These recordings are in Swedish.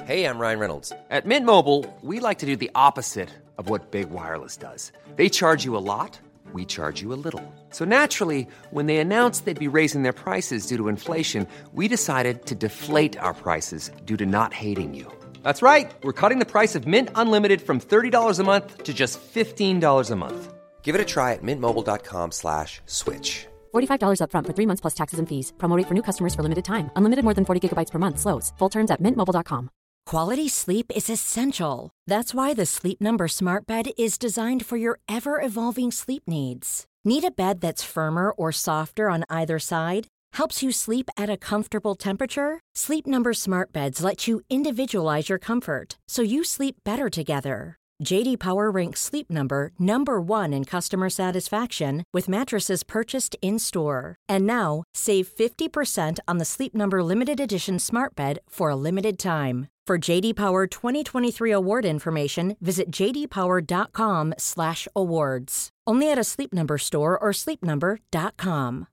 Hey, I'm Ryan Reynolds. At Mint Mobile, we like to do the opposite of what Big Wireless does. They charge you a lot, we charge you a little. So naturally, when they announced they'd be raising their prices due to inflation, we decided to deflate our prices due to not hating you. That's right. We're cutting the price of Mint Unlimited from $30 a month to just $15 a month. Give it a try at mintmobile.com/switch. $45 up front for 3 months plus taxes and fees. Promo rate for new customers for limited time. Unlimited more than 40 gigabytes per month. Slows full terms at mintmobile.com. Quality sleep is essential. That's why the Sleep Number Smart Bed is designed for your ever-evolving sleep needs. Need a bed that's firmer or softer on either side? Helps you sleep at a comfortable temperature? Sleep Number Smart Beds let you individualize your comfort, so you sleep better together. J.D. Power ranks Sleep Number number 1 in customer satisfaction with mattresses purchased in-store. And now, save 50% on the Sleep Number Limited Edition Smart Bed for a limited time. For J.D. Power 2023 award information, visit jdpower.com/awards. Only at a Sleep Number store or sleepnumber.com.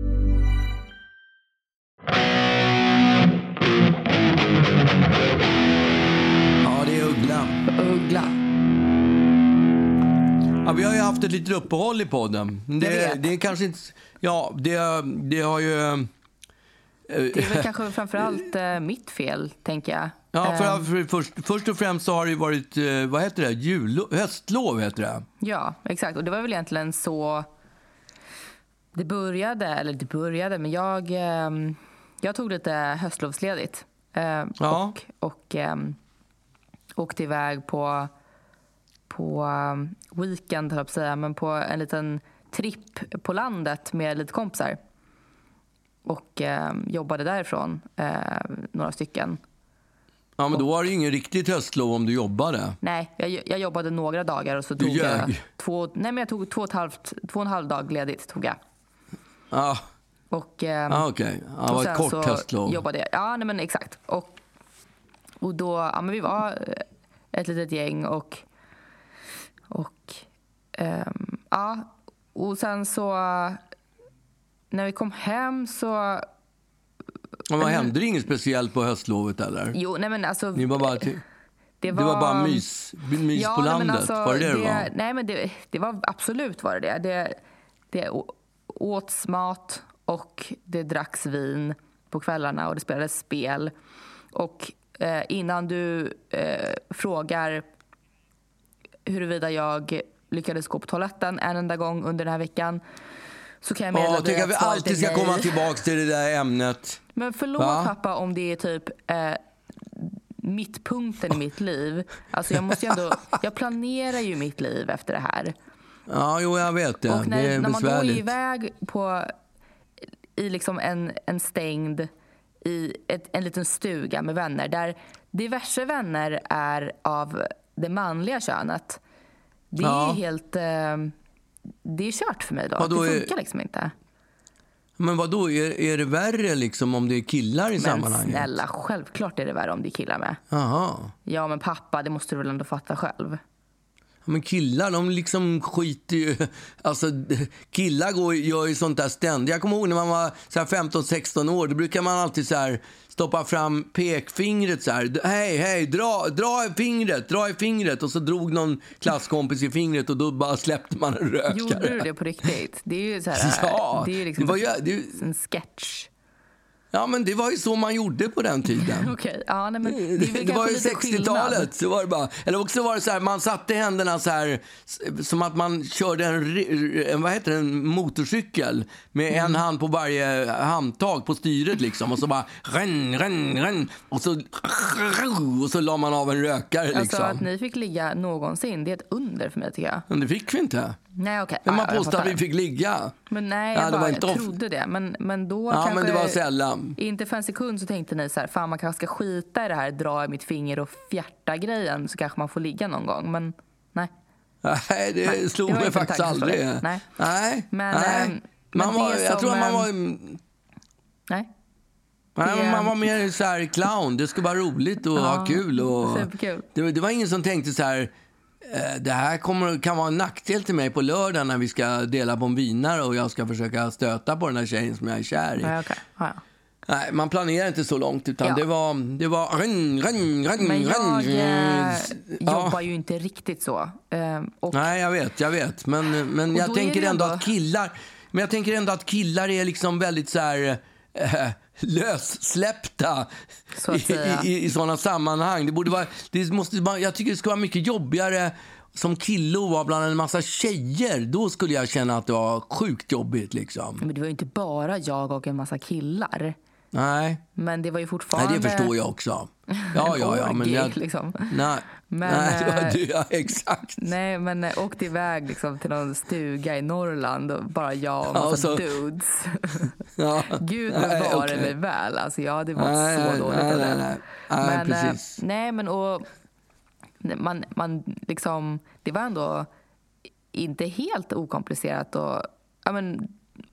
Ja, det är Uggla. Uggla. Ja, vi har ju haft ett litet uppehåll i podden. Det är kanske inte... Ja, det har ju... Det är väl kanske framförallt mitt fel, tänker jag. Ja, först och främst så har det varit, vad heter det? Höstlov heter det. Ja, exakt. Och det var väl egentligen så det började, men jag tog lite höstlovsledigt. Ja. Och åkte iväg på weekend, höll jag på att säga, men på en liten tripp på landet med lite kompisar. Och jobbade därifrån några stycken. Ja, men då var det ju ingen riktigt höstlov om du jobbade. Nej, jag jobbade några dagar och så tog jag två och en halv dag ledigt tog jag. Ja. Och okej. Ja, det var ett kort höstlov. Jobbade jag. Ja, nej men exakt. Och då, ja men vi var ett litet gäng och sen så när vi kom hem så... Men hände det inget speciellt på höstlovet eller? Jo, nej men alltså... Ni var bara det var bara mys på landet, alltså, var det var? Nej men det var absolut var det. Det åts mat och det dracks vin på kvällarna och det spelades spel. Och innan du frågar huruvida jag lyckades gå på toaletten en enda gång under den här veckan, så kan jag meddela dig att vi alltid ska komma tillbaka till det där ämnet. Men förlåt pappa om det är typ mittpunkten i mitt liv. Alltså jag planerar ju mitt liv efter det här. Ja, jo, jag vet det. Och det är när man går besvärligt. iväg i liksom en stängd i en liten stuga med vänner där diverse vänner är av det manliga könet. Det är helt... det är kört för mig då. Det funkar liksom inte. Men vad då är det värre liksom om det är killar i sammanhanget? Men snälla, självklart är det värre om det är killar med. Aha. Ja, men pappa, det måste du väl ändå fatta själv. Men killar, de liksom skiter ju... Alltså, killar gör ju sånt där ständigt. Jag kommer ihåg när man var så här 15-16 år. Då brukar man alltid så här stoppa fram pekfingret så här. Hej, dra i fingret. Och så drog någon klasskompis i fingret och då bara släppte man en rökare. Gjorde du det på riktigt? Det är ju så här... Ja, det är liksom det var en sketch. Ja, men det var ju så man gjorde på den tiden. Okej. Ja, nej, men det var ju 60-talet. Så var det bara. Eller också var det så här, man satte händerna så här som att man körde en motorcykel med en hand på varje handtag på styret liksom. Och så bara renn. Och så la man av en rökare liksom. Alltså att ni fick ligga någonsin, det är ett under för mig tycker jag. Men det fick vi inte. Nej, okej. Men man påstod att vi fick ligga. Men nej, jag trodde det. Men då kanske... men det var sällan. Inte för en sekund så tänkte ni så här, fan man kanske ska skita i det här, dra i mitt finger och fjärta grejen så kanske man får ligga någon gång. Men nej. Nej, det slog mig faktiskt aldrig. Nej. Men jag tror att man var... Nej. Man var mer så här clown. Det skulle vara roligt och ha kul. Och det var ingen som tänkte så här... Det här kan vara en nackdel till mig på lördag när vi ska dela bombinare och jag ska försöka stöta på den här tjejen som jag är kär i. Ja, okay. Nej, man planerar inte så långt utan Ja. det var Men jag jobbar ju inte riktigt så. Och Nej, jag vet. Men jag då är tänker det ändå ändå- att killar... Men jag tänker ändå att killar är liksom väldigt så här... lössläppta Så att säga. i sådana sammanhang. Jag tycker det skulle vara mycket jobbigare som kille att vara bland en massa tjejer. Då skulle jag känna att det var sjukt jobbigt liksom. Men det var ju inte bara jag och en massa killar. Nej, Men det var ju fortfarande... det förstår jag också. Ja, men orgie, jag... liksom. Nej, det var du, ja, exakt. Nej, men åkte iväg liksom till någon stuga i Norrland och bara jag och massa dudes. Ja. Gud bevare mig väl. Alltså jag hade varit så dåligt av det. Nej, precis. Nej, men och man liksom, det var ändå inte helt okomplicerat och ja, men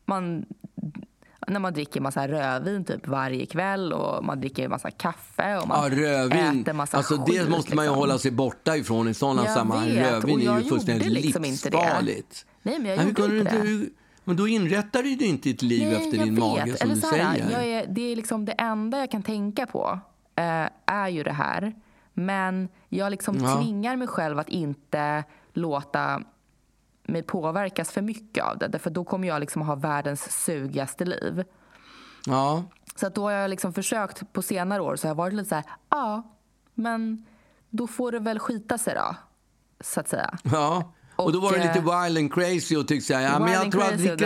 när man dricker massa rödvin typ varje kväll och man dricker massa kaffe och man rödvin. äter massa alltså skit, det måste man ju liksom. hålla sig borta ifrån i sådana sammanhang. Rödvin är ju fullständigt liksom livsfarligt. Nej, men jag gjorde inte det. Men då inrättar du inte ditt liv efter din mage som eller du så här, säger. Det är liksom det enda jag kan tänka på är ju det här. Men jag liksom tvingar mig själv att inte låta mig påverkas för mycket av det. Därför då kommer jag liksom ha världens sugigaste liv. Ja. Så att då har jag liksom försökt på senare år så har jag varit lite så här, men då får det väl skita sig då, så att säga. Ja. Och då var det lite wild and crazy och tyckte säga, men jag tror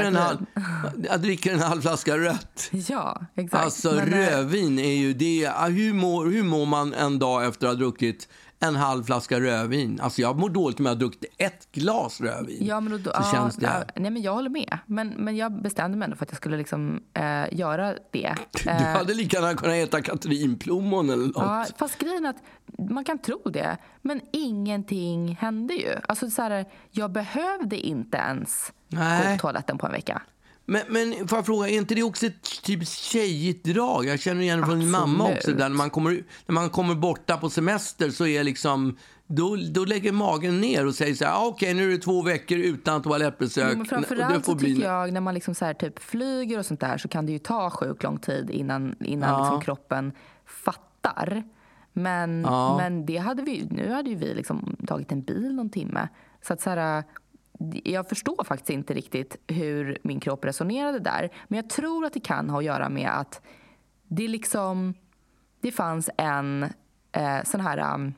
jag dricker en halv flaska rött. Ja, exakt. Alltså rödvin är ju det. Hur mår man en dag efter att ha druckit en halv flaska rödvin? Alltså jag mår dåligt med att ha druckit ett glas rödvin. Ja, men då, känns det. Nej, men jag håller med. Men jag bestämde mig ändå för att jag skulle liksom göra det. Du hade lika gärna kunnat äta katrinplommon eller något. Ja, fast grejen är att man kan tro det. Men ingenting hände ju. Alltså så här, jag behövde inte ens gå på toaletten på en vecka. Men får jag fråga, är inte det också ett typ tjejigt drag? Jag känner igen från min mamma också. Där när man kommer borta på semester så är liksom... Då lägger magen ner och säger så här, okej, nu är det 2 veckor utan toalettbesök. Jo, men framförallt så tycker jag när man liksom så här, typ flyger och sånt där så kan det ju ta sjukt lång tid innan liksom kroppen fattar. Men det hade nu hade ju vi liksom tagit en bil någon timme. Så att så här, jag förstår faktiskt inte riktigt hur min kropp resonerade där. Men jag tror att det kan ha att göra med att det liksom... Det fanns en sån här...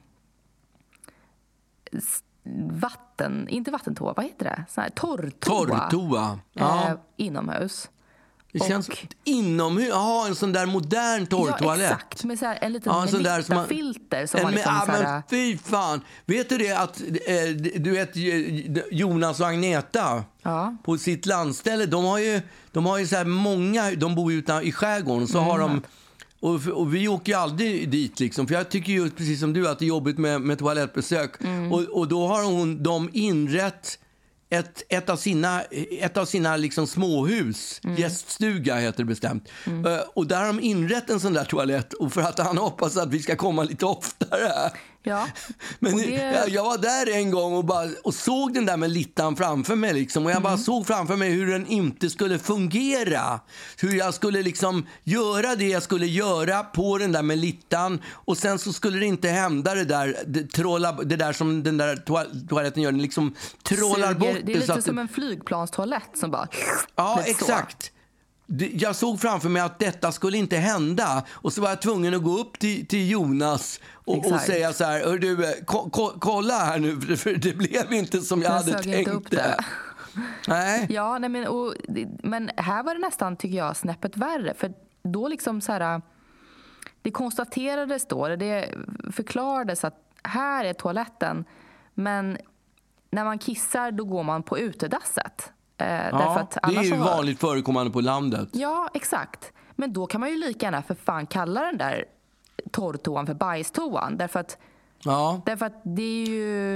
inte vattentoa, vad heter det? Sån här torrtoa. Inomhus. Det känns inomhus. Ja, en sån där modern torrtoalett. Ja, exakt. Med så här, en liten filter som man liksom så här... Men fy fan. Vet du det att du vet Jonas och Agneta på sitt landställe, de har ju så här många, de bor ju i skärgården så har de. Och vi åker ju aldrig dit liksom, för jag tycker ju precis som du att det är jobbigt med toalettbesök. Och då har de inrett ett av sina liksom småhus, gäststuga heter det bestämt. Och där har de inrett en sån där toalett och för att han hoppas att vi ska komma lite oftare. Ja. Men jag var där en gång och såg den där med littan framför mig liksom, och jag bara såg framför mig hur den inte skulle fungera. Hur jag skulle liksom göra det jag skulle göra på den där med littan och sen så skulle det inte hända det där som den där toaletten gör, den liksom trollar bort det är lite som en flygplanstoalett som bara... Ja, exakt. Jag såg framför mig att detta skulle inte hända. Och så var jag tvungen att gå upp till Jonas och säga så här: du, kolla här nu, för det blev inte som jag hade tänkt det. Nej. Ja, nej, men här var det nästan, tycker jag, snäppet värre. För då liksom så här, det konstaterades då, det förklarades att här är toaletten, men när man kissar då går man på utedasset. Därför att det är ju vanligt förekommande på landet. Ja, exakt. Men då kan man ju lika gärna för fan kalla den där torrtoan för bajstoan. Därför att det är ju...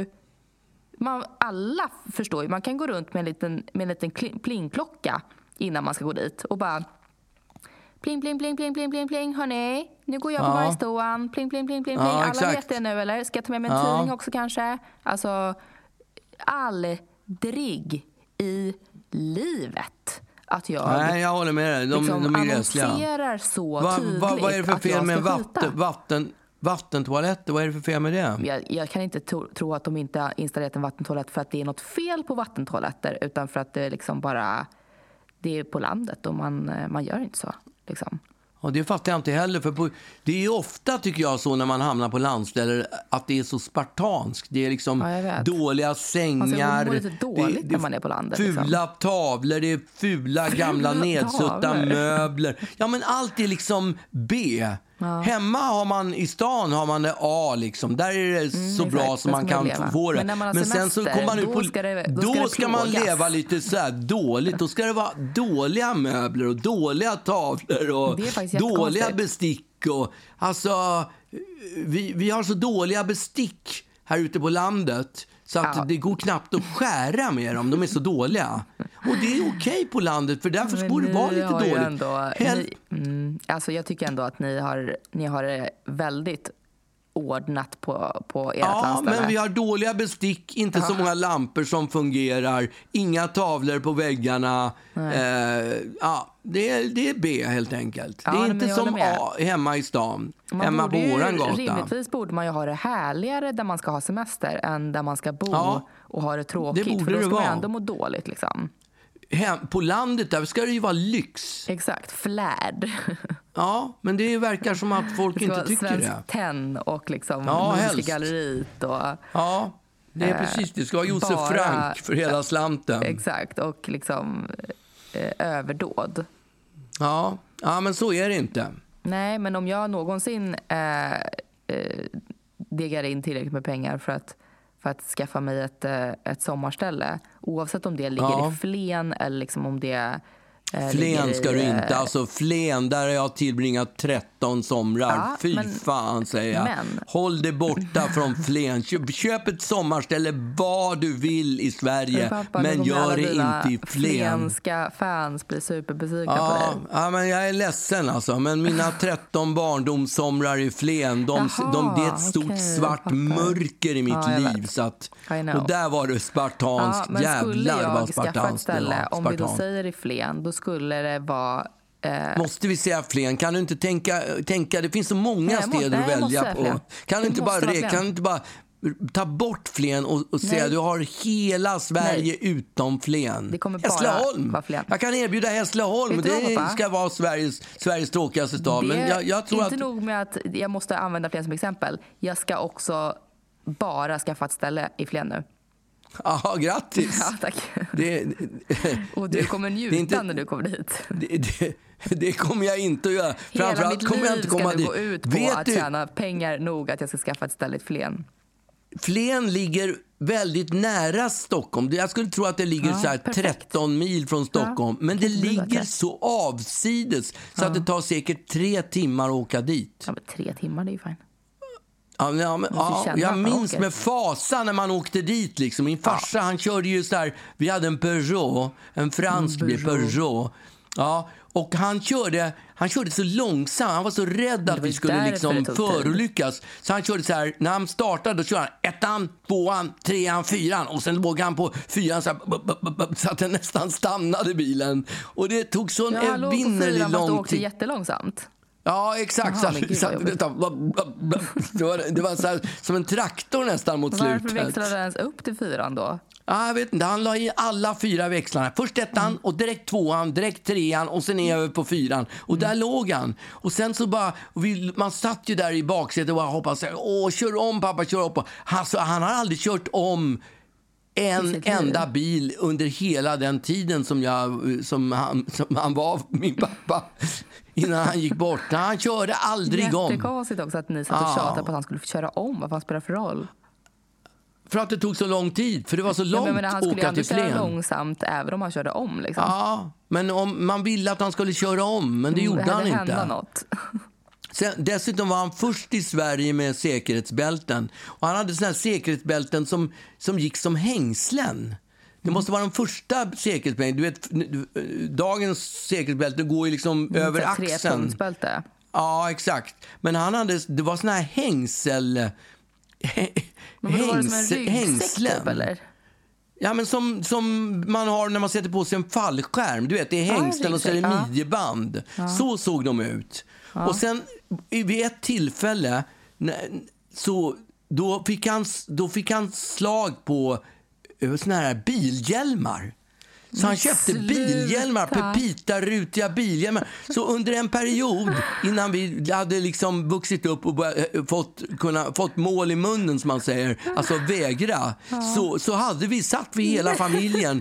alla förstår ju. Man kan gå runt med en liten plingklocka innan man ska gå dit. Och bara... Pling, pling, pling, pling, pling, pling, pling. Hörrni, nu går jag på bajstoan. Pling, pling, pling, pling, pling. Alla exakt. vet det nu, eller? Ska jag ta med mig en tidning också kanske? Alltså, aldrig i livet att jag Nej, jag håller med dig. De är gräsliga. annonserar så tydligt Vad är det för fel med skita. vattentoaletter? Vad är det för fel med det? Jag kan inte tro att de inte har installerat en vattentoalett för att det är något fel på vattentoaletter, utan för att det liksom bara, det är på landet och man gör inte så liksom. Ja, det fattar jag inte heller. För det är ju ofta, tycker jag, så när man hamnar på landställen att det är så spartanskt. Det är liksom dåliga sängar. Man lite dåligt när man är på landet. Fula liksom. Tavlor, det är fula gamla nedsutta möbler. Ja, men allt är liksom B. Ja. Hemma har man, i stan har man det A liksom. Där är det så bra som man kan få det. Men sen så kommer man ut på, då ska man leva lite så här dåligt. Då ska det vara dåliga möbler och dåliga tavlor och dåliga bestick och alltså vi har så dåliga bestick här ute på landet. Så att det går knappt att skära med dem. De är så dåliga. Och det är okej på landet, för därför borde det vara lite dåligt. Alltså jag tycker ändå att ni har det väldigt ordnat på ert landställe. Men vi har dåliga bestick, inte så många lampor som fungerar, inga tavlor på väggarna. Det är B helt enkelt. Det är inte som A hemma i stan, hemma på våran gata. Rimligtvis borde man ju ha det härligare där man ska ha semester än där man ska bo och ha det tråkigt. Det borde för då ska det man vara. ändå må dåligt liksom. På landet där ska det ju vara lyx. Exakt, flärd. Ja, men det verkar som att folk inte tycker det. Svensk Tenn och liksom Nordiska galleriet och... Ja, det är precis. Det ska vara Josef Frank för hela slanten. Exakt, och liksom överdåd. Ja, men så är det inte. Nej, men om jag någonsin degar in tillräckligt med pengar för att skaffa mig ett sommarställe, oavsett om det ligger i Flen eller liksom om det Flen ska du inte. Alltså Flen, där har jag tillbringat 13 somrar. Fan, säger jag. Håll dig borta från Flen. Köp ett sommarställe vad du vill i Sverige. Pappa, men gör det inte i Flen. Flenska fans blir superbesvikna på dig. Ja, men jag är ledsen alltså. Men mina 13 barndomssomrar i Flen, det är ett stort svart mörker i mitt liv. Så att, och där var det spartanskt. Men jävlar vad spartanskt ställe, om vi då säger i Flen, då skulle det vara... Måste vi säga Flen? Kan du inte tänka det finns så många städer att välja på. Kan du inte bara ta bort Flen och säga att du har hela Sverige utom Flen? Det kommer bara Hässleholm. Vara Flen. Jag kan erbjuda Hässleholm. Det ska vara Sveriges tråkigaste stad. Men jag tror inte nog med att jag måste använda Flen som exempel. Jag ska också bara skaffa ett ställe i Flen nu. Ja, grattis. Ja, tack. Och du kommer njuta när du kommer dit. Det kommer jag inte att göra. Hela mitt kommer jag inte komma ska det gå ut på att tjäna pengar nog att jag ska skaffa ett ställe i Flen. Flen ligger väldigt nära Stockholm. Jag skulle tro att det ligger så här 13 mil från Stockholm. Men det ligger så avsides så att det tar säkert 3 timmar att åka dit. Ja, men 3 timmar, det är ju fint. Jag minns med fasa när man åkte dit liksom. Min farsa, han körde ju så här, vi hade en Peugeot, en fransk Peugeot. Ja, och han körde så långsamt. Han var så rädd att vi skulle liksom förolyckas. Så han körde så här, när han startade då körde han 1, 2, 3, 4 och sen låg han på 4 så att den nästan stannade bilen. Och det tog sån evinnerlig lång tid. Åkte jättelångsamt. Ja, exakt. Det var så här, som en traktor nästan mot slutet. Varför växlade den ens upp till 4 då? Jag vet inte, han la i alla 4 växlarna. Först 1 och direkt 2, direkt 3 och sen över på 4. Och där låg han. Och sen så bara, man satt ju där i baksätet och bara hoppades, kör om pappa, kör upp. Han har aldrig kört om en enda bil under hela den tiden som han var min pappa innan han gick bort. Han körde aldrig om. Jättekonstigt också att ni satt och tjatade på att han skulle få köra om. Vad fan spelar för roll? För att det tog så lång tid. För det var så långt att åka till Flen. Han skulle köra långsamt även om han körde om. Liksom. Ja, men om man ville att han skulle köra om. Men det gjorde han inte. Hända något. Sen, dessutom var han först i Sverige med säkerhetsbälten. Och han hade såna här säkerhetsbälten som gick som hängslen. Det måste vara de första säkerhetsbälten. Du vet, dagens säkerhetsbälte går ju liksom över axeln. 3-punktsbälte. Ja, exakt. Men det var såna här Men var det som en ryggsäck typ, eller? Ja, men som man har när man sätter på sig en fallskärm. Du vet, det är hängslen och så är det midjeband. Så såg de ut. Och sen vid ett tillfälle så då fick han slag på såna här bilhjälmar. Så han köpte bilhjälmar, Pepita-rutiga bilhjälmar. Så under en period innan vi hade liksom vuxit upp och fått mål i munnen, som man säger, alltså vägra, så satt vi hela familjen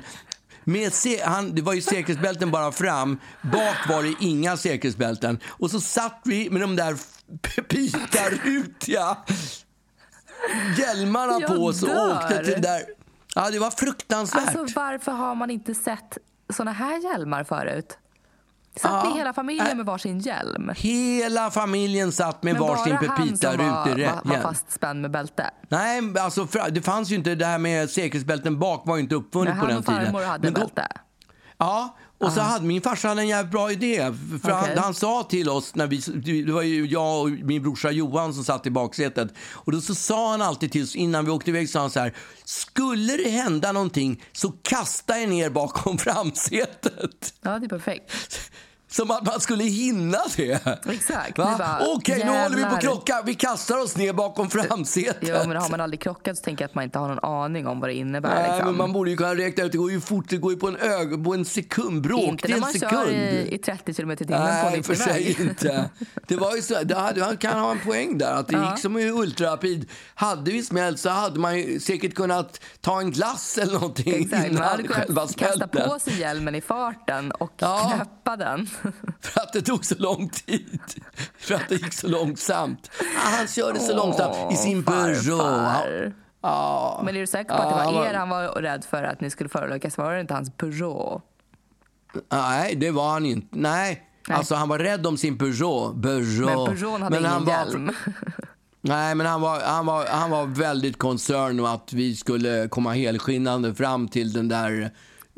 det var ju säkerhetsbälten bara fram, bak var det inga säkerhetsbälten, och så satt vi med de där Pepita-rutiga hjälmarna på oss och åkte till där. Ja, det var fruktansvärt. Alltså, varför har man inte sett såna här hjälmar förut? Satt ni hela familjen med varsin hjälm? Hela familjen satt med varsin Pepita-rutig var fastspänd med bälte? Nej, alltså det fanns ju inte det här med säkerhetsbälten bak, var ju inte uppfunnet på den tiden. Han och farmor hade bälte? Ja, och så hade min farsa en jävligt bra idé. För han sa till oss, det var ju jag och min brorsa Johan som satt i baksätet. Och då så sa han alltid till oss innan vi åkte iväg, sa han så här: skulle det hända någonting så kasta er ner bakom framsätet. Ja, det är perfekt. Som att man skulle hinna det. Exakt. Okej, nu håller vi på klockan. Vi kastar oss ner bakom framsätet. Jo, men har man aldrig krockat så tänker jag att man inte har någon aning om vad det innebär. Nej, liksom. Men man borde ju kunna räkna ut. Det går ju fort. Det går ju på en sekund. Bråkdel sekund. Inte när man kör i 30 km/h på Nej, för sig inte. Det var ju så. Han kan ha en poäng där. Att det gick som i ultrarapid. Hade vi smält så hade man ju säkert kunnat ta en glass eller någonting. Exakt, man hade kunnat kasta på sig hjälmen i farten och knäppa den. För att det tog så lång tid. För att det gick så långsamt. Han körde så långsamt i sin Peugeot. Men är du säker på att det var han var rädd för att ni skulle förolyckas? Var det inte hans Peugeot? Nej, det var han inte. Nej. Alltså han var rädd om sin Peugeot. Men Peugeot hade ingen hjälm. Nej, men han var väldigt koncern om att vi skulle komma helskinnande fram till den där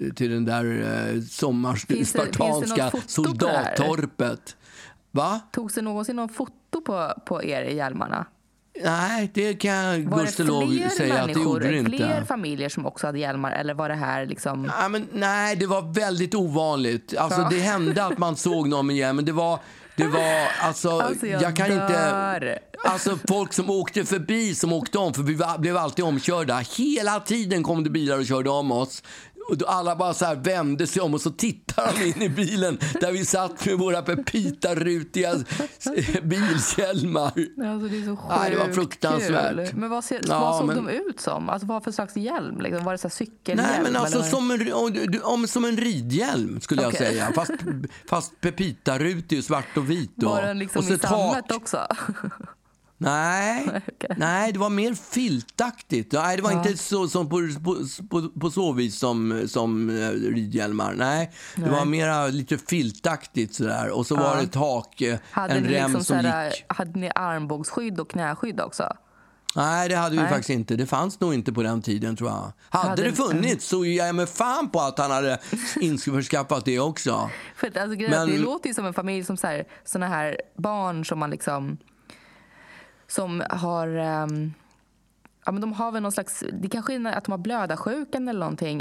sommarspartanska soldattorpet. Va? Togs det någonsin någon foto på er i hjälmarna? Nej, det kan jag gudskelov säga att det gjorde det inte. Fler familjer som också hade hjälmar, eller var det här liksom... Nej, det var väldigt ovanligt. Alltså det hände att man såg någon med hjälm, men det var alltså jag kan inte, alltså folk som åkte förbi, som åkte om, för vi blev alltid omkörda. Hela tiden kom det bilar och körde om oss. Och då alla bara så här vände sig om och så tittade de in i bilen där vi satt med våra Pepita-rutiga bilhjälmar. Alltså, det är så sjukt. Nej, det var fruktansvärt. Men vad såg de ut som? Alltså, vad för slags hjälm? Liksom? Var det så här cykelhjälm? Nej, men alltså som en ridhjälm skulle jag säga. Fast Pepita-rutig, svart och vit. Var den liksom och i sammet också? Nej, nej, det var mer filtaktigt. Nej, det var inte så som på så vis som ridhjälmar. Nej, det var mer lite filtaktigt sådär. Och så var det ett tak, en rem liksom som gick. Hade ni armbågsskydd och knäskydd också? Nej, det hade vi faktiskt inte. Det fanns nog inte på den tiden, tror jag. Hade det funnits så är jag med fan på att han hade införskaffat det också. För alltså, det låter ju som en familj som såna här barn som man liksom... som har men de har väl någon slags, det kanske är att de har blödarsjukan eller någonting,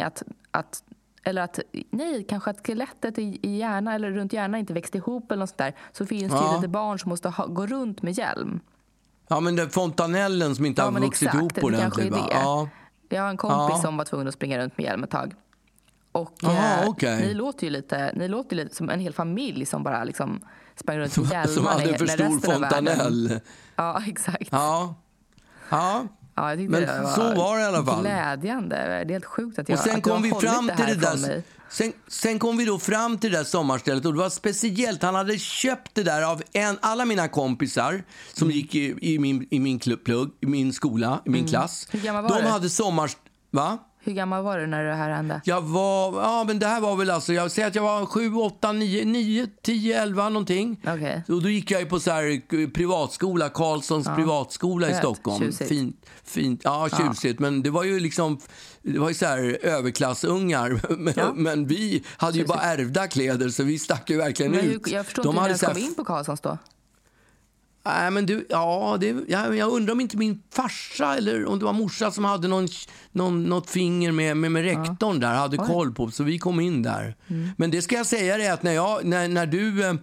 kanske att skelettet i hjärnan eller runt hjärnan inte växt ihop eller något sånt där, så finns det lite barn som måste gå runt med hjälm. Ja, men det fontanellen som inte har vuxit ihop på den typ. Jag har en kompis som var tvungen att springa runt med hjälm ett tag. Och ni låter ju lite som en hel familj som bara liksom sprang runt med hjälmar. Som hade för stor fontanell. Ja, exakt. Ja, jag men det var så var det i alla fall. Glädjande. Det är helt sjukt att jag och sen kom vi fram till det där. Sen kom vi då fram till det där sommarstället och det var speciellt. Han hade köpt det där av alla mina kompisar som gick i min skola, i min klass. Hur gammal var de hade Va? Hur gammal var du när det här hände? Men det här var väl alltså, jag säger att jag var 7, 8, 9, 10, 11 någonting. Okay. Och då gick jag ju på så här privatskola, Karlssons privatskola i Stockholm. Tjusigt. Fint. Ja, tjusigt. Men det var ju liksom, det var ju så här överklassungar. Men vi hade ju bara ärvda kläder så vi stack ju verkligen ut. Jag förstår inte hur jag kom in på Karlssons då. Nej, men du, jag undrar om inte min farsa eller om det var morsa som hade något finger med rektorn där, hade koll på, så vi kom in där. Men det ska jag säga dig att när du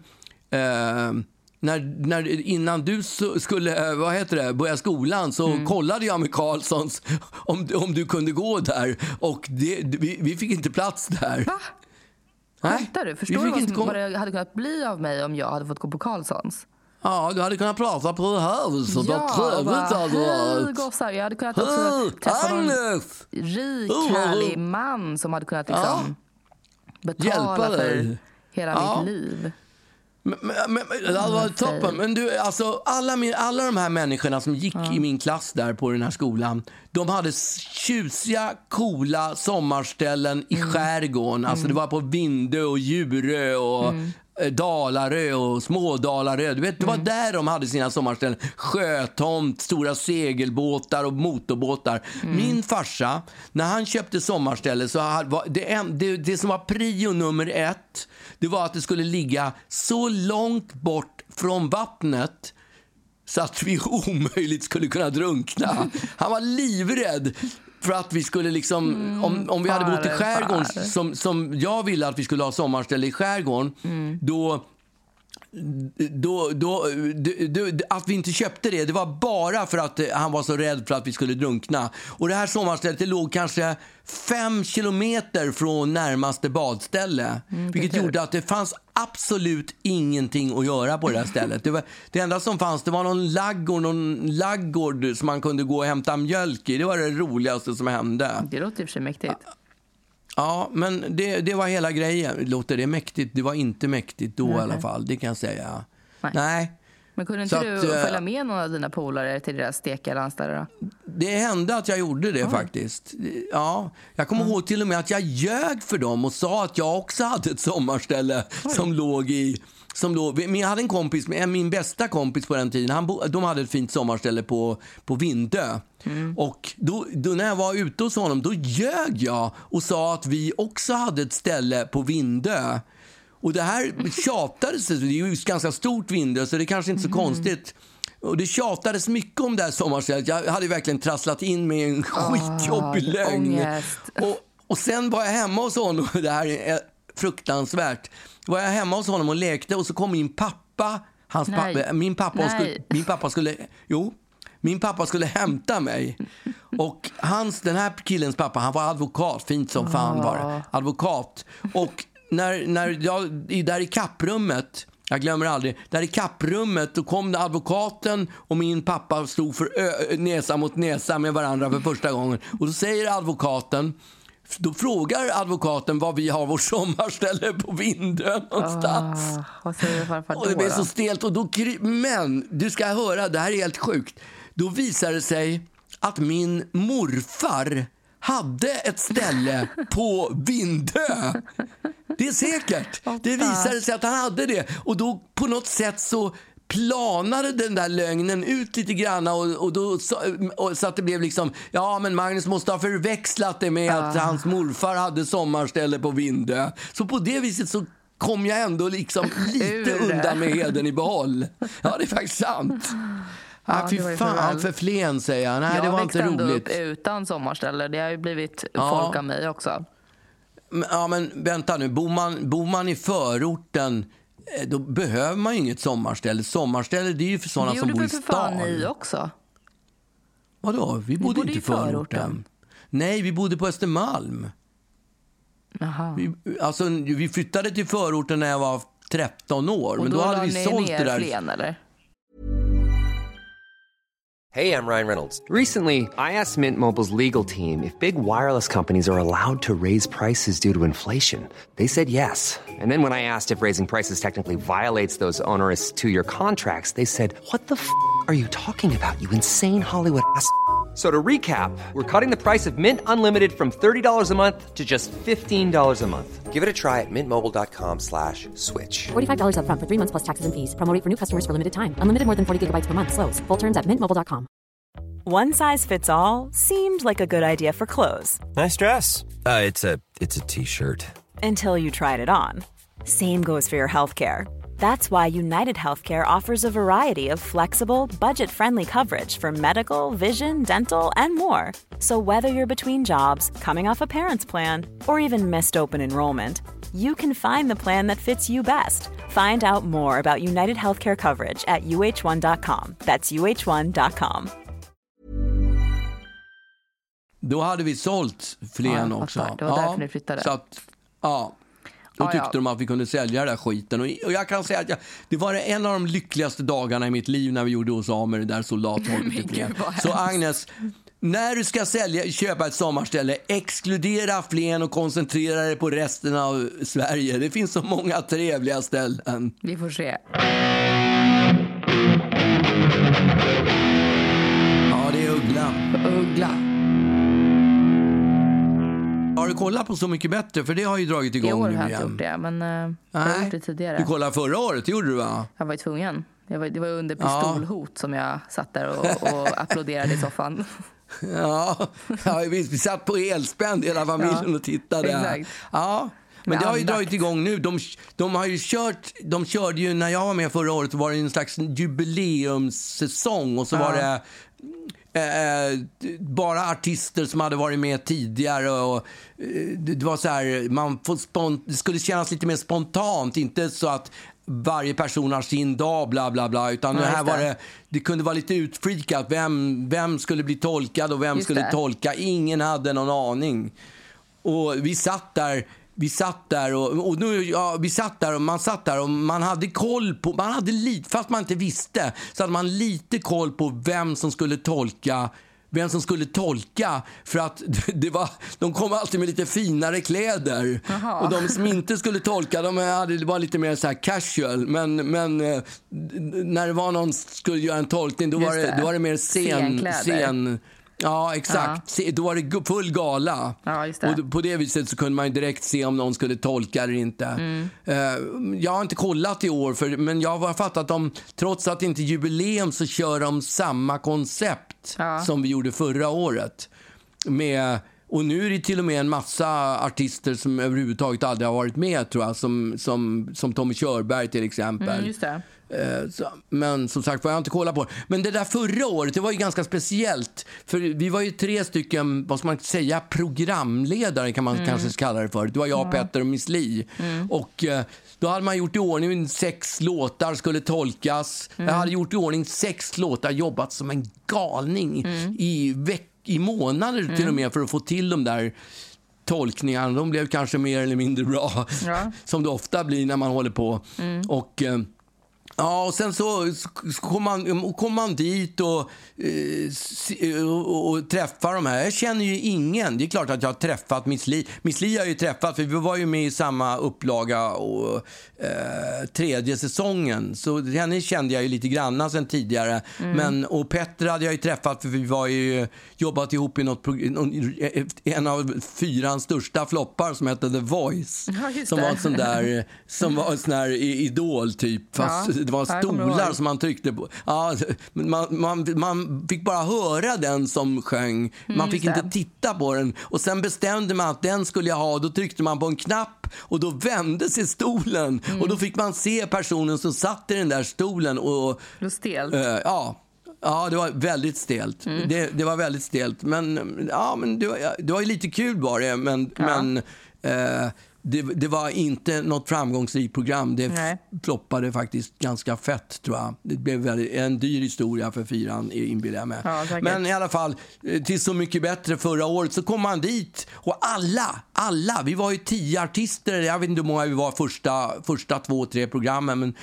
innan du skulle börja skolan så kollade jag med Karlssons om du kunde gå där, och vi fick inte plats där. Va? Skämtar du? Förstår du vad det hade kunnat bli av mig om jag hade fått gå på Karlssons? Ja, du hade kunnat prata på det här så hej gossar, jag hade kunnat också träffa någon rik, härlig man som hade kunnat liksom betala för hela mitt liv. Men det hade varit toppen. Men du, alltså, alla de här människorna som gick i min klass där på den här skolan, de hade tjusiga, coola sommarställen i skärgården. Alltså det var på Vindö och Djurö och Dalarö och Smådalarö. Du vet, det var där de hade sina sommarställen. Sjötomt, stora segelbåtar och motorbåtar. Min farsa, när han köpte sommarställe, så det som var prio nummer 1, det var att det skulle ligga så långt bort från vattnet så att vi omöjligt skulle kunna drunkna. Han var livrädd för att vi skulle liksom, om vi hade bott i skärgården som jag ville att vi skulle ha sommarställe i skärgården, då att vi inte köpte det var bara för att han var så rädd för att vi skulle drunkna. Och det här sommarstället, det låg kanske 5 kilometer från närmaste badställe, vilket gjorde att det fanns absolut ingenting att göra på det här stället. Det enda som fanns, det var någon laggård som man kunde gå och hämta mjölk i. Det var det roligaste som hände. Det låter i och för sig mäktigt. Ja, men det var hela grejen. Låter det mäktigt? Det var inte mäktigt då i alla fall, det kan jag säga. Nej. Men kunde inte du följa med någon av dina polare till deras stekarlandställe då? Det hände att jag gjorde det faktiskt. Ja, jag kommer ihåg till och med att jag ljög för dem och sa att jag också hade ett sommarställe som låg. Men jag hade en kompis, min bästa kompis på den tiden, de hade ett fint sommarställe på Vindö. Och då när jag var ute hos honom, då ljög jag och sa att vi också hade ett ställe på Vindö. Och det här tjatades, det är ju ett ganska stort Vindö, så det är kanske inte så konstigt. Och det tjatades mycket om det här sommarstället. Jag hade verkligen trasslat in med en skitjobbig lögn. Och sen var jag hemma hos honom, det här är fruktansvärt. Var jag hemma hos honom och lekte, och så kom min pappa, min pappa skulle hämta mig. Och den här killens pappa, han var advokat, fint som fan var det, advokat. Och när jag där i kapprummet, jag glömmer aldrig, där i kapprummet, då kom det advokaten och min pappa stod för näsa mot näsa med varandra för första gången. Och då säger advokaten, då frågar advokaten vad vi har vårt sommarställe på Vindö någonstans. Och det blev så stelt. Men du ska höra, det här är helt sjukt. Då visar det sig att min morfar hade ett ställe på Vindö. Det är säkert. Det visade sig att han hade det. Och då på något sätt så planade den där lögnen ut lite grann, och då så att det blev liksom, ja men Magnus måste ha förväxlat det med att hans morfar hade sommarställe på Vindö. Så på det viset så kom jag ändå liksom lite undan med heden i behåll. Ja, det är faktiskt sant. Fy fan för flen, säger jag. Nej, det var inte roligt. Jag växte upp utan sommarställe. Det har ju blivit folk av mig också. Ja, men vänta nu. Bor man i förorten, då behöver man ju inget sommarställe. Sommarställe, det är ju för sådana som bor i stan. Det gjorde för fan ni också. Vadå? Vi bodde inte i förorten. Nej, vi bodde på Östermalm. Aha. Vi flyttade till förorten när jag var 13 år. Men då hade vi sålt det där. Flen, eller? Hey, I'm Ryan Reynolds. Recently, I asked Mint Mobile's legal team if big wireless companies are allowed to raise prices due to inflation. They said yes. And then when I asked if raising prices technically violates those onerous 2-year contracts, they said, "What the f*** are you talking about, you insane Hollywood ass?" So to recap, we're cutting the price of Mint Unlimited from $30 a month to just $15 a month. Give it a try at mintmobile.com/switch. $45 up front for 3 months plus taxes and fees. Promo rate for new customers for limited time. Unlimited more than 40 gigabytes per month. Slows full terms at mintmobile.com. One size fits all seemed like a good idea for clothes. Nice dress. It's a t-shirt. Until you tried it on. Same goes for your healthcare. That's why United Healthcare offers a variety of flexible, budget-friendly coverage for medical, vision, dental, and more. So whether you're between jobs, coming off a parent's plan, or even missed open enrollment, you can find the plan that fits you best. Find out more about United Healthcare coverage at uh1.com. That's uh1.com. Då hade vi sålt Flen också. Det var därför ni flyttade. Så att, då tyckte de att vi kunde sälja den där skiten. Och jag kan säga att det var en av de lyckligaste dagarna i mitt liv när vi gjorde oss av med det där soldatholket i Flen. Så Agnes, när du ska köpa ett sommarställe, exkludera Flen och koncentrera dig på resten av Sverige. Det finns så många trevliga ställen. Vi får se. Ja, det är Uggla. Har du kollat på Så mycket bättre? För det har ju dragit igång nu igen. I år har jag inte gjort det, men jag har gjort det tidigare. Du kollade förra året, gjorde du va? Jag var ju tvungen. Det var under pistolhot som jag satt där och applåderade i soffan. Ja, vi satt på elspänd hela familjen och tittade. Exakt. Ja, men det har ju dragit igång nu. De körde ju, när jag var med förra året, var det en slags jubileumssäsong och så var det bara artister som hade varit med tidigare och det var så här, det skulle kännas lite mer spontant, inte så att varje person har sin dag bla bla bla, utan det här var det kunde vara lite utfrikat vem skulle bli tolkad och vem skulle tolka, ingen hade någon aning. Och vi satt där och man hade koll på, fast man inte visste, så hade man lite koll på vem som skulle tolka, för att de kom alltid med lite finare kläder. Aha. Och de som inte skulle tolka, det var lite mer så här casual, men när det var någon som skulle göra en tolkning, då var det mer scen. Ja, exakt. Ja. Då var det full gala. Ja, just det. Och på det viset så kunde man ju direkt se om någon skulle tolka eller inte. Jag har inte kollat i år, men jag har fattat att trots att det inte är jubileum så kör de samma koncept som vi gjorde förra året. Och nu är det till och med en massa artister som överhuvudtaget aldrig har varit med, tror jag, som Tommy Körberg till exempel. Just det. Men som sagt, får jag inte kolla på. Men det där förra året, det var ju ganska speciellt. För vi var ju 3 stycken, vad ska man säga, programledare kan man kanske kalla det för. Det var jag, Petter och Miss Li. Och då hade man gjort i ordning 6 låtar skulle tolkas. Jag hade gjort i ordning 6 låtar, jobbat som en galning i månader till och med för att få till de där tolkningarna. De blev kanske mer eller mindre bra, som det ofta blir när man håller på. Och och sen så kom man dit och träffar de här. Jag känner ju ingen. Det är klart att jag har träffat Miss Li. Miss Li har jag ju träffat, för vi var ju med i samma upplaga och 3:e säsongen. Så henne kände jag ju lite granna sen tidigare. Och Petter hade jag ju träffat, för vi var ju jobbat ihop i en av 4 största floppar som hette The Voice. Som var en sån där idol typ, fast det var stolar som man tryckte på. Ja, man fick bara höra den som sjöng. Man fick inte titta på den. Och sen bestämde man att den skulle jag ha. Då tryckte man på en knapp och då vände sig stolen. Och då fick man se personen som satt i den där stolen. Och det var stelt. Ja, det var väldigt stelt. Det var väldigt stelt. Men det var ju lite kul var det. Men det var inte något framgångsrikt program. Det floppade faktiskt ganska fett, tror jag. Det blev en dyr historia för 4:an, inbillar jag mig. Ja, men i alla fall, till Så mycket bättre förra året så kom man dit. Och alla, vi var ju 10 artister. Jag vet inte hur många vi var första 2-3 programmen. Men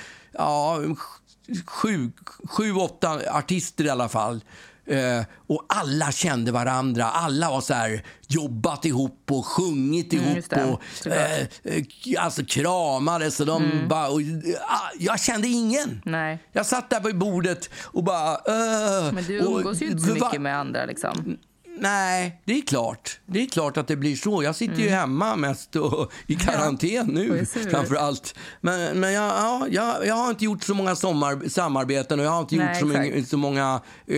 7-8 artister i alla fall. Och alla kände varandra. Alla var så här, jobbat ihop och sjungit ihop och alltså kramades och de bara, jag kände ingen. Nej. Jag satt där på bordet och bara men du umgås ju inte så mycket med andra liksom. Nej, det är klart. Det är klart att det blir så. Jag sitter ju hemma mest och i karantän nu framför allt. Men jag har inte gjort så många samarbeten och jag har inte gjort så många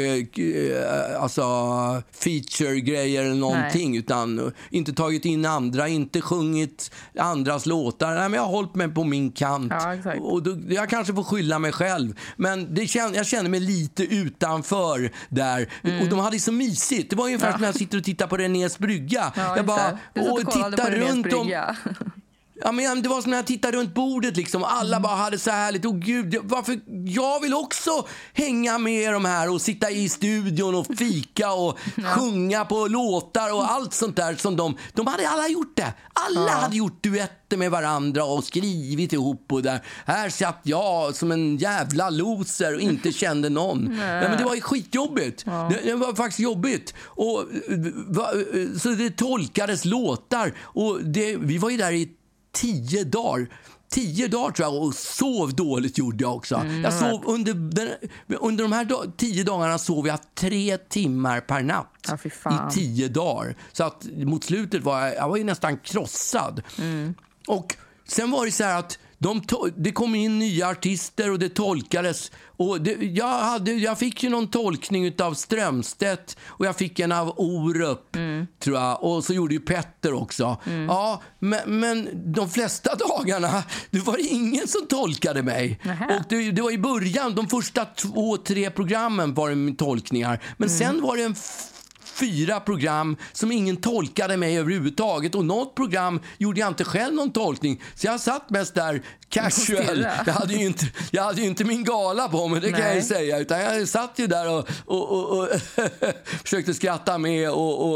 feature-grejer eller någonting. Utan inte tagit in andra, inte sjungit andras låtar. Nej, men jag har hållit mig på min kant. Ja, och jag kanske får skylla mig själv. Men jag känner mig lite utanför där. Och de hade så mysigt. Det var ungefär som när jag sitter och tittar på Renés brygga. Jag bara tittar runt om. Ja, men det var som när jag tittade runt bordet liksom. Alla bara hade så härligt. Och gud, varför? Jag vill också hänga med de här och sitta i studion och fika och sjunga på låtar och allt sånt där som de hade alla gjort det. Alla hade gjort duetter med varandra och skrivit ihop och där. Här satt jag som en jävla loser och inte kände någon. Ja, men det var ju skitjobbigt. Det var faktiskt jobbigt. Och så det tolkades låtar och vi var ju där i 10 dagar. 10 dagar tror jag, och sov dåligt gjorde jag också. Jag sov under de här 10 dagarna sov jag 3 timmar per natt i 10 dagar. Så att mot slutet var jag ju nästan krossad. Och sen var det så här att det kom in nya artister och det tolkades. Och jag fick ju någon tolkning av Strömstedt och jag fick en av Orup, tror jag. Och så gjorde ju Petter också. Ja, men de flesta dagarna det var ingen som tolkade mig. Och det var i början, de första 2-3 programmen var det med tolkningar. Men sen var det 4 program som ingen tolkade mig överhuvudtaget. Och något program gjorde jag inte själv någon tolkning. Så jag satt mest där casual. Jag hade ju inte min gala på mig, det kan jag ju säga. Utan jag satt ju där och försökte skratta med.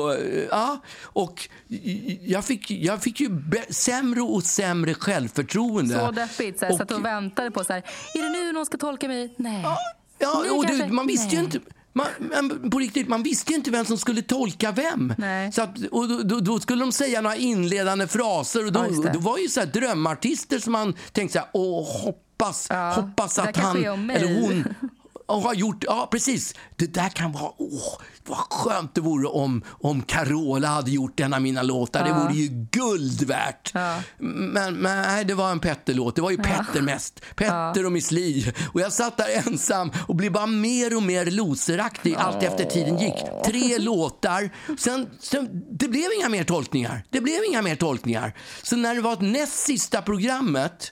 Och jag fick ju sämre och sämre självförtroende. Så deppigt. Så att du väntade på så här, är det nu någon ska tolka mig? Nej. Ja, och man visste ju inte. På riktigt, man visste ju inte vem som skulle tolka vem. Så att, och då skulle de säga några inledande fraser och då var ju så här drömartister som man tänkte så här, hoppas att han eller hon har gjort, precis, det där kan vara, vad skönt det vore om Carola hade gjort en av mina låtar. Det vore ju guld värt. Men nej, det var en Petter-låt. Det var ju Petter mest. Petter och Miss Li. Och jag satt där ensam och blev bara mer och mer loseraktig allt efter tiden gick. 3 låtar. Sen det blev inga mer tolkningar. Så när det var ett näst sista programmet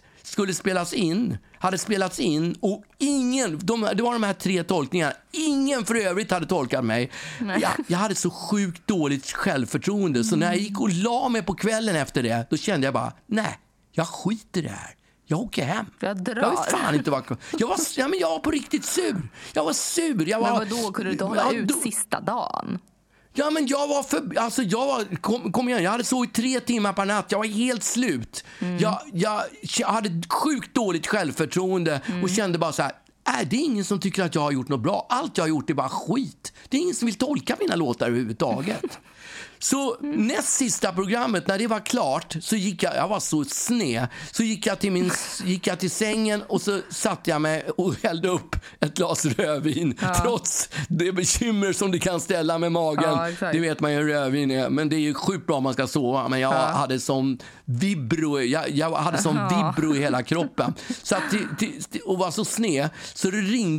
hade spelats in och det var de här 3 tolkningarna. Ingen för övrigt hade tolkat mig. Jag hade så sjukt dåligt självförtroende. Så när jag gick och la mig på kvällen efter det, då kände jag bara, nej, jag skiter i det här. Jag åker hem. Jag vet fan inte vad jag var på riktigt sur. Jag var sur. Men vadå, kunde du inte hålla ut sista dagen? Ja, men kom igen, jag hade sovit 3 timmar per natt. Jag var helt slut. Jag hade sjukt dåligt självförtroende och kände bara så här, det är ingen som tycker att jag har gjort något bra. Allt jag har gjort är bara skit. Det är ingen som vill tolka mina låtar överhuvudtaget. Så näst sista programmet, när det var klart, så gick jag var så sned, så gick jag till sängen och så satte jag mig och hällde upp ett glas rödvin, trots det bekymmer som det kan ställa med magen. Det vet man ju hur rödvin är, men det är ju sjukt bra om man ska sova. Men jag hade sån vibro, jag hade sån vibro i hela kroppen. Så att och var så sned, så då ringde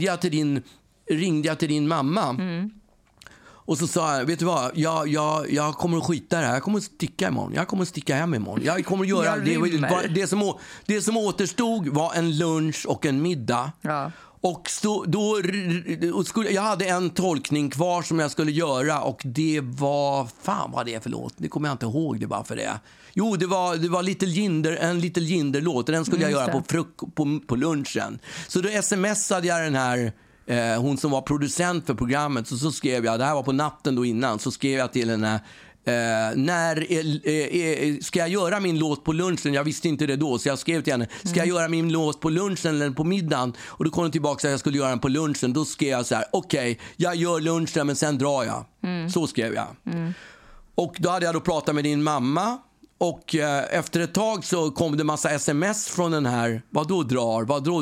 jag till din mamma. Och så sa jag, vet du vad, jag kommer att skita det här. Jag kommer att sticka imorgon. Jag kommer att sticka hem imorgon. Jag kommer att göra det som återstod var en lunch och en middag. Och jag hade en tolkning kvar som jag skulle göra, och det var, fan vad det är för låt. Det kommer jag inte ihåg, det bara för det. Jo, det var en Little Jinder-låt. Den skulle jag göra på lunchen. Så då smsade jag den här hon som var producent för programmet, så skrev jag, det här var på natten då innan, så skrev jag till henne, när ska jag göra min låt på lunchen? Jag visste inte det då, så jag skrev till henne, ska jag göra min låt på lunchen eller på middagen? Och då kom hon tillbaka att jag skulle göra den på lunchen. Då skrev jag så här, okej, jag gör lunchen men sen drar jag. Så skrev jag. Och då hade jag då pratat med din mamma. Och efter ett tag så kom det massa sms från den här. Vad då drar?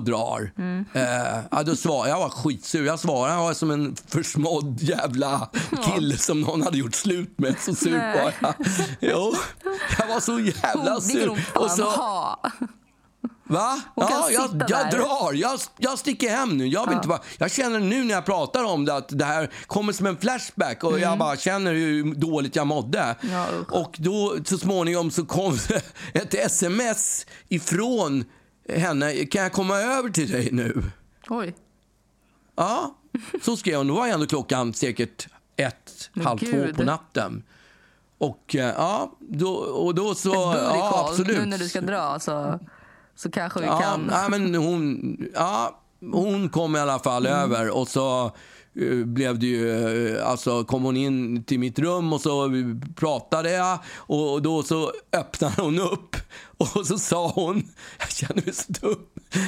Då svarade jag, var skitsur. Jag svarade, jag var som en försmådd jävla kille som någon hade gjort slut med. Så sur var jag. Jo, jag var så jävla sur. Och så, va? Ja, jag drar. Jag sticker hem nu. Jag vill inte jag känner nu när jag pratar om det att det här kommer som en flashback och jag bara känner hur dåligt jag mådde. Ja, och då så småningom så kom ett sms ifrån henne. Kan jag komma över till dig nu? Oj. Ja, så skrev hon. Då var ändå klockan säkert 1:30 på natten. Och då så... Ja, absolut. Nu när du ska dra så kanske vi kan... Ja, men hon kom i alla fall över och så blev det ju, alltså kom hon in till mitt rum och så pratade jag och då så öppnade hon upp och så sa hon, jag känner mig så dum.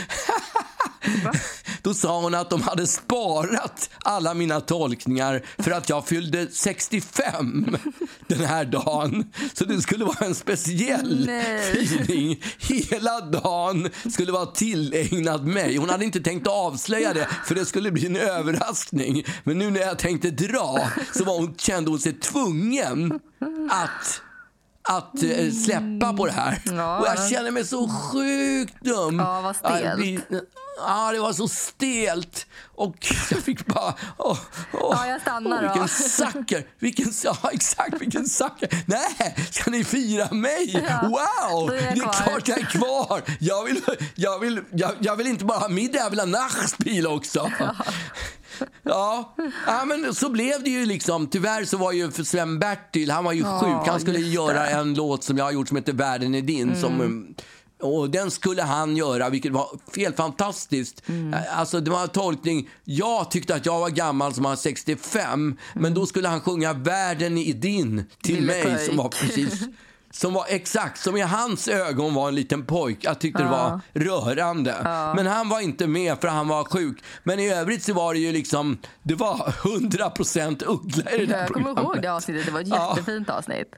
Då sa hon att de hade sparat alla mina tolkningar för att jag fyllde 65 den här dagen. Så det skulle vara en speciell feeling. Hela dagen skulle vara tillägnad mig. Hon hade inte tänkt avslöja det för det skulle bli en överraskning. Men nu när jag tänkte dra så kände hon sig tvungen att släppa på det här. Ja, och jag känner mig så sjukt dum. Ja, vad stelt. Ja, det var så stelt. Och jag fick bara... ja, jag stannar då. Vilken sacker. Vilken sacker. Nej, ska ni fira mig? Ja, wow, det är klart jag är kvar. Jag vill inte bara ha middag, jag vill ha nachspiel också. Ja, men så blev det ju liksom. Tyvärr så var ju för Sven-Bertil, han var ju sjuk. Han skulle göra en låt som jag har gjort som heter Världen är din. Och den skulle han göra, vilket var helt fantastiskt. Alltså det var en tolkning. Jag tyckte att jag var gammal som var 65. Men då skulle han sjunga Världen är din till mig som var precis... Som var exakt, som i hans ögon var en liten pojk. Jag tyckte det var rörande. Men han var inte med för han var sjuk. Men i övrigt så var det ju liksom, det var 100% Uggla i det där programmet. Jag kommer ihåg det avsnittet, det var ett jättefint avsnitt.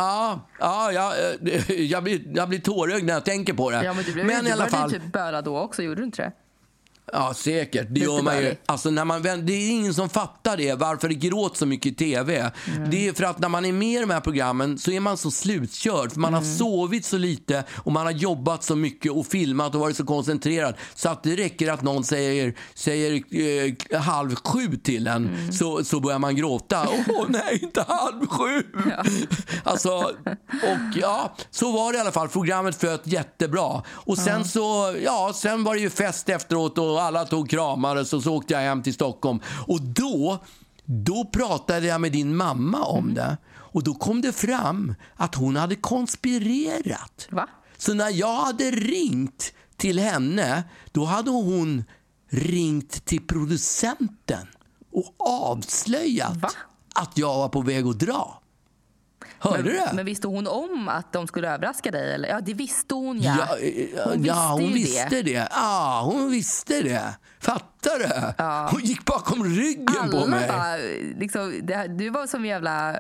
Jag blir tårögd när jag tänker på det. Ja, men i alla fall typ böla då också, gjorde du inte det? Ja, säkert. Det gör man ju. Alltså, det är ingen som fattar det. Varför det gråter så mycket i tv. Det är för att när man är med i de här programmen så är man så slutkörd. För man har sovit så lite och man har jobbat så mycket och filmat och varit så koncentrerad. Så att det räcker att någon säger 6:30 till en. Så börjar man gråta. Nej, inte 6:30. Ja. Alltså, och så var det i alla fall. Programmet flöt jättebra. Och sen sen var det ju fest efteråt och alla tog kramar och så åkte jag hem till Stockholm. Och då pratade jag med din mamma om det. Och då kom det fram att hon hade konspirerat. Va? Så när jag hade ringt till henne, då hade hon ringt till producenten och avslöjat att jag var på väg att dra. Hörde du det? Men visste hon om att de skulle överraska dig? Eller? Ja, det visste hon, Hon visste det. Ja, hon visste det. Fattar du? Ja. Hon gick bakom ryggen på mig. Bara, liksom, du var som jävla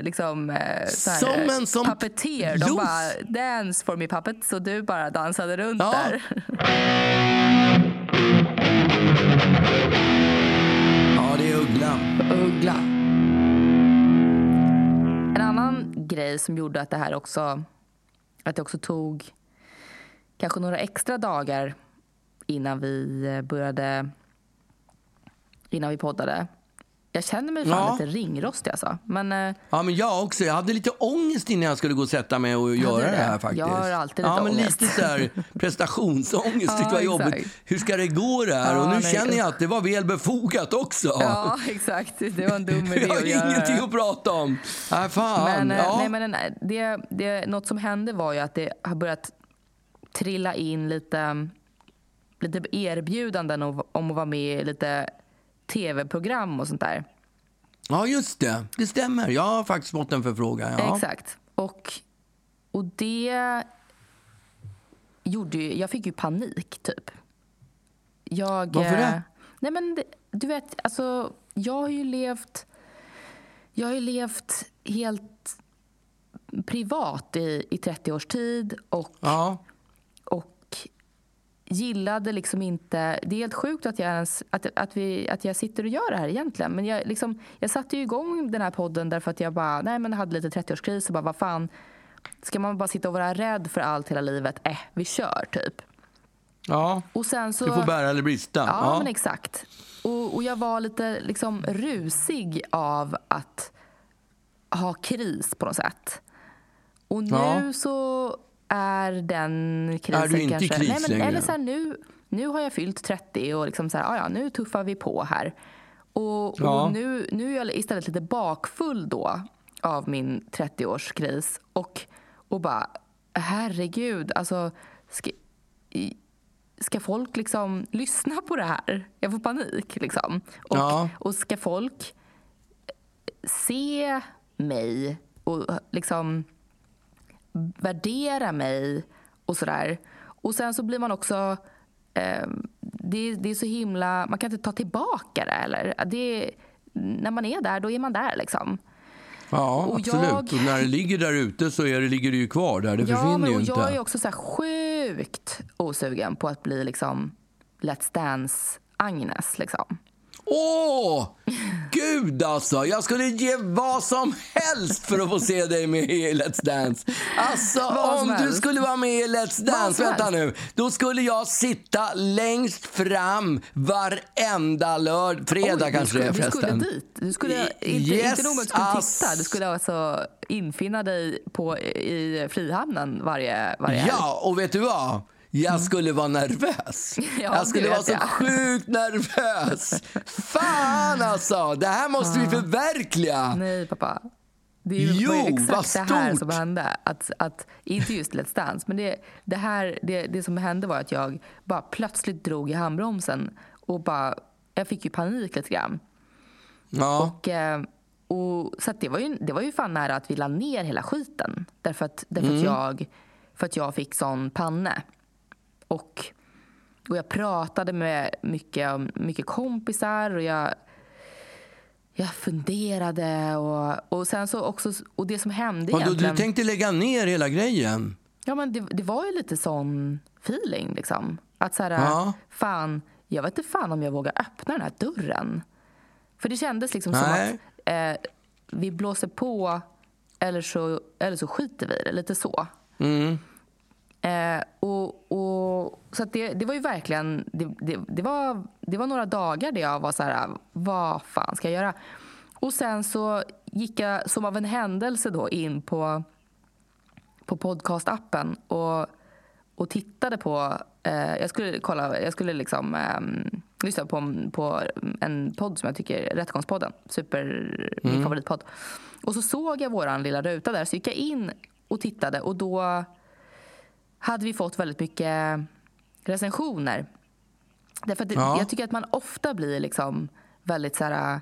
som puppeteer. De bara, dance for me puppet. Så du bara dansade runt där. Ja, det är Uggla. En annan grej som gjorde att det också tog kanske några extra dagar innan vi poddade. Jag känner mig lite ringrostig alltså. Men jag också. Jag hade lite ångest innan jag skulle gå och sätta mig och göra det här faktiskt. Jag har alltid lite ångest. Lite så här prestationsångest. Det var jobbigt. Hur ska det gå där? Och nu känner jag att det var väl befogat också. Ja, exakt. Det var en dum idé att göra. Jag har ingenting att prata om. Fan. Det något som hände var ju att det har börjat trilla in lite erbjudanden om att vara med i lite tv-program och sånt där. Ja, just det. Det stämmer. Jag har faktiskt fått en förfrågan. Ja. Exakt. Och det gjorde ju... Jag fick ju panik, typ. Varför det? Nej, men du vet, alltså... Jag har ju levt helt privat i 30 års tid och gillade liksom inte. Det är helt sjukt att jag sitter och gör det här egentligen, men jag satte ju igång den här podden därför att jag bara hade lite 30-årskris och bara vad fan, ska man bara sitta och vara rädd för allt hela livet? Vi kör typ. Ja. Och sen så du får bära eller brista. Ja, men exakt. Och jag var lite liksom rusig av att ha kris på något sätt. Och nu så är den krisen är du inte kanske... i kris längre? Eller så här, nu har jag fyllt 30 och liksom så här, nu tuffar vi på här. Och nu är jag istället lite bakfull då av min 30-årskris. Och bara, herregud, alltså... Ska folk liksom lyssna på det här? Jag får panik liksom. Och ska folk se mig och liksom värdera mig och sådär. Och sen så blir man också det är så himla, man kan inte ta tillbaka det eller när man är där, då är man där liksom. Ja, och absolut. Och när det ligger där ute så ligger det ju kvar där. Det försvinner ju inte. Jag är också så här sjukt osugen på att bli liksom Let's Dance Agnes liksom. Gud alltså, jag skulle ge vad som helst för att få se dig med i Let's Dance. Alltså, om du skulle vara med i Let's Dance, vänta nu, då skulle jag sitta längst fram varenda fredag kanske det är förresten. Du skulle dit. Du skulle inte nog att du skulle titta, du skulle alltså infinna dig i Frihamnen varje Ja, och vet du vad? Jag skulle vara nervös. Jag skulle vara så sjukt nervös. Fan alltså, det här måste vi förverkliga. Nej pappa, det är ju exakt det här som hände. Att inte just Let's Dance, men det som hände var att jag bara plötsligt drog i handbromsen. Och jag fick ju panik lite grann. Ja. Och så att det var ju fan nära att vi la ner hela skiten. Därför att jag fick sån panne. Och jag pratade med mycket kompisar och jag funderade och sen så också, och det som hände egentligen... Du tänkte lägga ner hela grejen? Ja, men det var ju lite sån feeling liksom. Att så här, fan, jag vet inte fan om jag vågar öppna den här dörren. För det kändes liksom som att vi blåser på eller så skiter vi i det, lite så. Mm. Så att det var ju verkligen det var några dagar där jag var så här, vad fan ska jag göra? Och sen så gick jag som av en händelse då in på podcastappen och tittade på jag skulle liksom lyssna på en podd som jag tycker, Rättegångspodden, min favoritpodd. Och så såg jag våran lilla ruta där, så gick jag in och tittade och då hade vi fått väldigt mycket recensioner. Därför att jag tycker att man ofta blir liksom väldigt så här...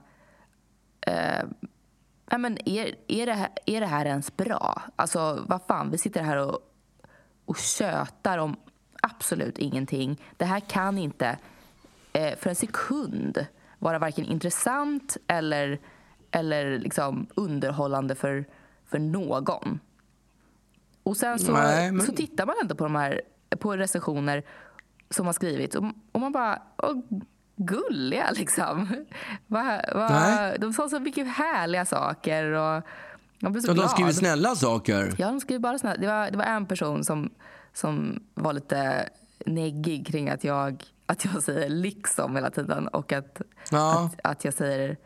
men är det här ens bra? Alltså, vad fan, vi sitter här och tjötar om absolut ingenting. Det här kan inte för en sekund vara varken intressant eller liksom underhållande för någon. Och sen så tittar man ändå på recensioner som har skrivits och man bara, gulliga liksom. De sa så mycket härliga saker och jag blev så glad. De skriver snälla saker? Ja, de skriver bara snälla. Det var en person som var lite neggig kring att jag säger liksom hela tiden och att jag säger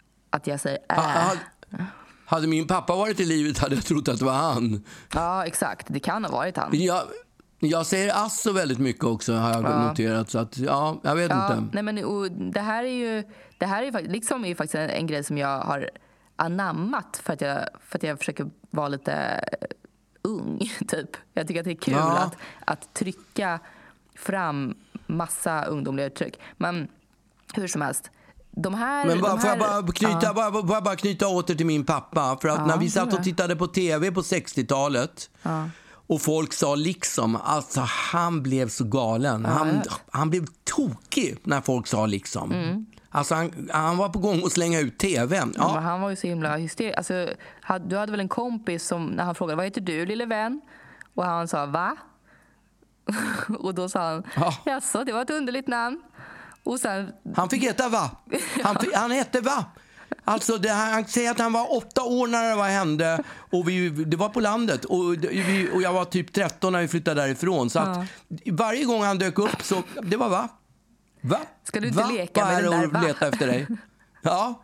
Hade min pappa varit i livet hade jag trott att det var han. Ja, exakt. Det kan ha varit han. Jag säger alltså väldigt mycket också, har jag noterat. Så att, jag vet inte. Nej, men, och det här är liksom är faktiskt en grej som jag har anammat för att jag försöker vara lite ung, typ. Jag tycker att det är kul att trycka fram massa ungdomliga uttryck. Men hur som helst, får jag bara knyta åter till min pappa. För att när vi satt och tittade på tv på 60-talet och folk sa liksom, alltså han blev så galen. Han blev tokig när folk sa liksom. Alltså han var på gång att slänga ut tvn. Ja. Men han var ju så himla hysterisk. Alltså, du hade väl en kompis som, när han frågade, vad heter du, lille vän? Och han sa, va? Och då sa han, jaså, det var ett underligt namn. Och sen... Han fick heta va? Han hette va? Alltså han säger att han var 8 år när det hände. Och det var på landet. Och jag var typ 13 när vi flyttade därifrån. Så att varje gång han dök upp så, det var va? Va? Ska du inte leka med den där va? Leta efter dig. Ja.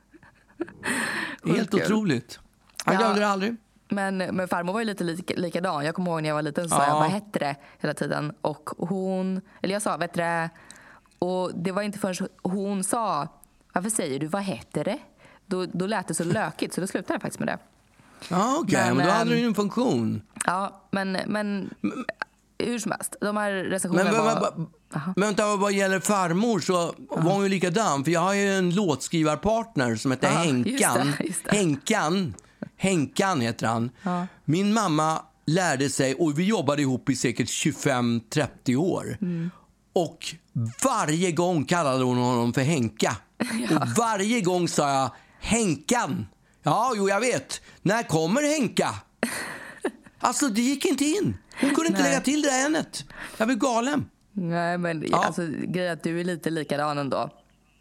Helt otroligt. Han glömde det aldrig. Men farmor var ju lite likadan. Jag kommer ihåg när jag var liten så sa jag, vad hette det hela tiden? Och eller jag sa, vet du det? Och det var inte förrän hon sa, varför säger du, vad heter det? Då lät det så lökigt, så då slutade jag faktiskt med det. Ja, okej. Men då hade du ju en funktion. Ja, men hur som helst. De här recensionerna Men vänta, vad gäller farmor så var hon ju likadan. För jag har ju en låtskrivarpartner som heter Henkan. Just det. Henkan heter han. Ja. Min mamma lärde sig, och vi jobbade ihop i säkert 25-30 år. Och varje gång kallade hon honom för Henka. Och varje gång sa jag, Henkan. Ja, jo jag vet. När kommer Henka? Alltså det gick inte in. Hon kunde inte lägga till det där änet. Jag blev galen. Nej, men alltså, grejen att du är lite likadan ändå.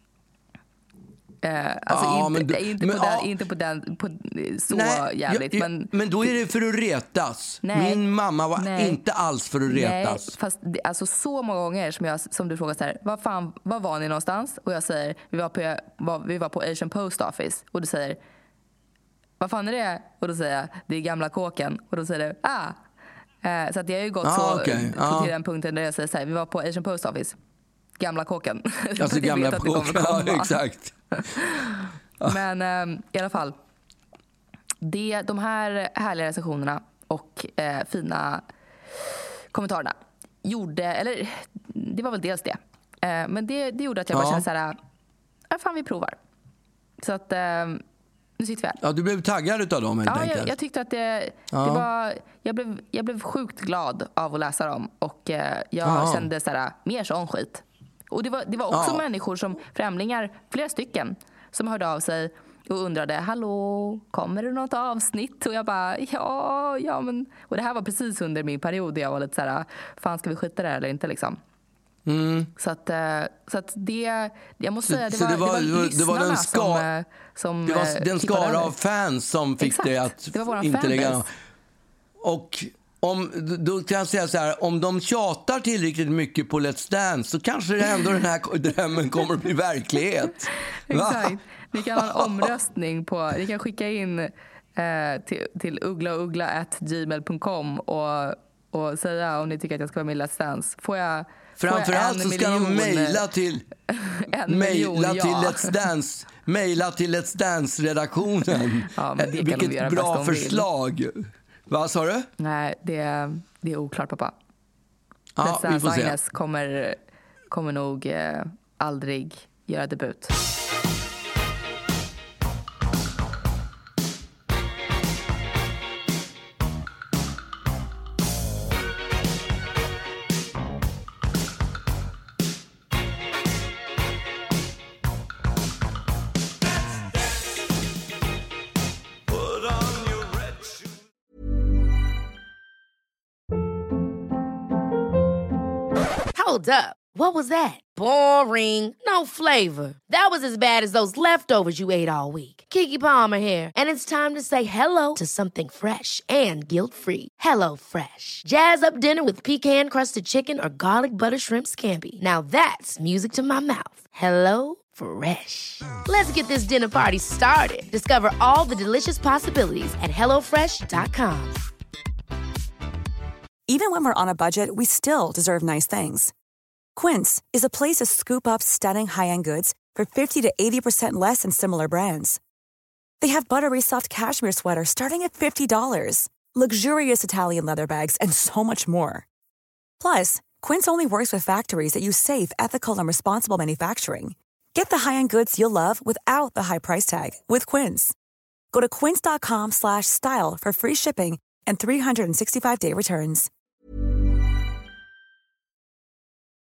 Alltså inte på så jävligt. Men då är det för att retas. Min mamma var inte alls för att retas. Nej, fast alltså så många gånger som du frågar så här, var var ni någonstans? Och jag säger, vi var på Asian Post Office. Och du säger, vad fan är det? Och då säger jag, det är gamla kåken. Och då säger du, så att jag har ju gått till den punkten där jag säger så här, vi var på Asian Post Office. Gamla kåken. Alltså gamla kåken, ja exakt. Men i alla fall, de här härliga recensionerna och fina kommentarerna det var väl dels det. Men det gjorde att jag bara kände så här, fan vi provar. Så att nu sitter vi här. Ja, du blev taggad utav dem helt enkelt. Jag tyckte att det var, jag blev sjukt glad av att läsa dem. Och jag kände så här, mer sån skit. Och det var också människor som främlingar, flera stycken, som hörde av sig och undrade, hallå, kommer det något avsnitt? Och jag bara, ja men... Och det här var precis under min period där jag var lite så här, fan ska vi skita där eller inte liksom? Så att det, jag måste säga, det var lyssnarna som det var den skara av fans som fick det att det inte lägga. Och då kan jag säga så här, om de tjatar tillräckligt mycket på Let's Dance så kanske det ändå den här drömmen kommer att bli verklighet. Exakt. Ni kan ha en omröstning ni kan skicka in till ugglaugla@gmail.com och säga om ni tycker att jag ska vara med i Let's Dance. Framförallt så ska de mejla till Let's Dance-redaktionen. Ja, men det vilket göra bra förslag. Vad sa du? Nej, det är oklart, pappa. Ja, Let's vi får Dance se. Agnes kommer nog aldrig göra debut. Hold up. What was that? Boring. No flavor. That was as bad as those leftovers you ate all week. Keke Palmer here, and it's time to say hello to something fresh and guilt-free. Hello Fresh. Jazz up dinner with pecan-crusted chicken or garlic butter shrimp scampi. Now that's music to my mouth. Hello Fresh. Let's get this dinner party started. Discover all the delicious possibilities at hellofresh.com. Even when we're on a budget, we still deserve nice things. Quince is a place to scoop up stunning high-end goods for 50 to 80% less than similar brands. They have buttery soft cashmere sweaters starting at $50, luxurious Italian leather bags, and so much more. Plus, Quince only works with factories that use safe, ethical, and responsible manufacturing. Get the high-end goods you'll love without the high price tag with Quince. Go to quince.com/style for free shipping and 365-day returns.